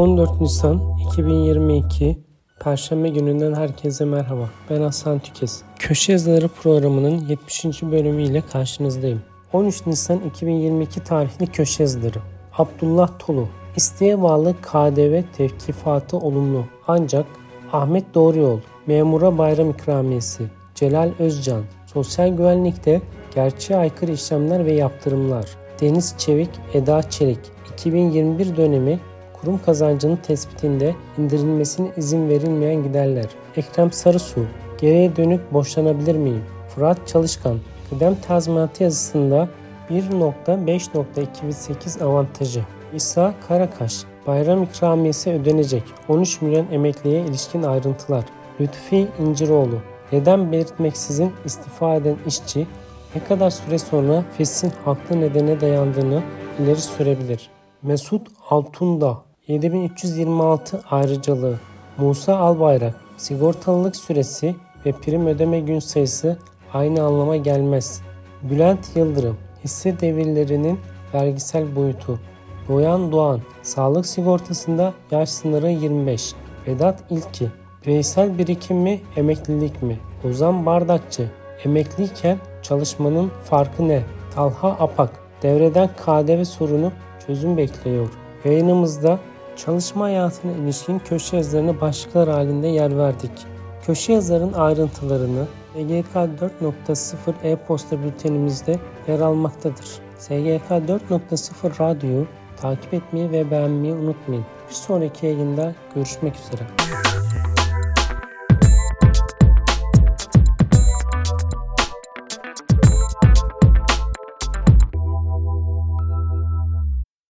14 Nisan 2022 Perşembe gününden herkese merhaba. Ben Hasan Tükes. Köşe Yazıları programının 70. bölümüyle karşınızdayım. 13 Nisan 2022 tarihli köşe yazıları. Abdullah Tolu. İsteğe bağlı KDV tevkifatı olumlu. Ancak Ahmet Doğruyol. Memura bayram ikramiyesi. Celal Özcan. Sosyal güvenlikte gerçeğe aykırı işlemler ve yaptırımlar. Deniz Çevik, Eda Çelik. 2021 dönemi kurum kazancının tespitinde indirilmesine izin verilmeyen giderler. Ekrem Sarısu, geriye dönük borçlanabilir miyim? Fırat Çalışkan, kıdem tazminatı yazısında 1.5.2008 avantajı. İsa Karakaş, bayram ikramiyesi ödenecek. 13 milyon emekliye ilişkin ayrıntılar. Lütfi İnciroğlu, neden belirtmeksizin istifa eden işçi ne kadar süre sonra feshin haklı nedene dayandığını ileri sürebilir. Mesut Altundağ, 7326 ayrıcalığı. Musa Albayrak, sigortalılık süresi ve prim ödeme gün sayısı aynı anlama gelmez. Bülent Yıldırım, hisse devirlerinin vergisel boyutu. Noyan Doğan, sağlık sigortasında yaş sınırı 25. Vedat İlki, bireysel birikim mi, emeklilik mi? Ozan Bardakçı, emekliyken çalışmanın farkı ne? Talha Apak, devreden KDV sorunu çözüm bekliyor. Yayınımızda çalışma hayatına ilişkin köşe yazılarını başlıklar halinde yer verdik. Köşe yazıların ayrıntılarını SGK 4.0 e-posta bültenimizde yer almaktadır. SGK 4.0 Radyo'yu takip etmeyi ve beğenmeyi unutmayın. Bir sonraki yayında görüşmek üzere.